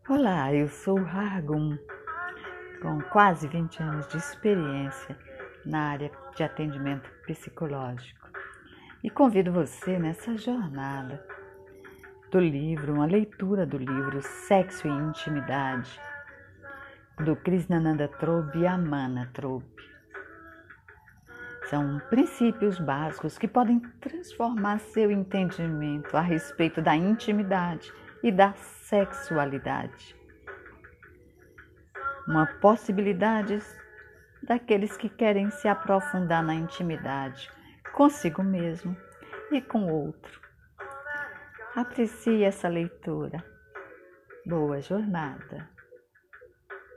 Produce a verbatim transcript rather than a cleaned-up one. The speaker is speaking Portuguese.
Olá, eu sou Ragum, com quase vinte anos de experiência na área de atendimento psicológico e convido você nessa jornada do livro, uma leitura do livro Sexo e Intimidade, do Krishnananda Trobe e Amana Trobe. São princípios básicos que podem transformar seu entendimento a respeito da intimidade e da sexualidade. Uma possibilidade daqueles que querem se aprofundar na intimidade consigo mesmo e com o outro. Aprecie essa leitura. Boa jornada!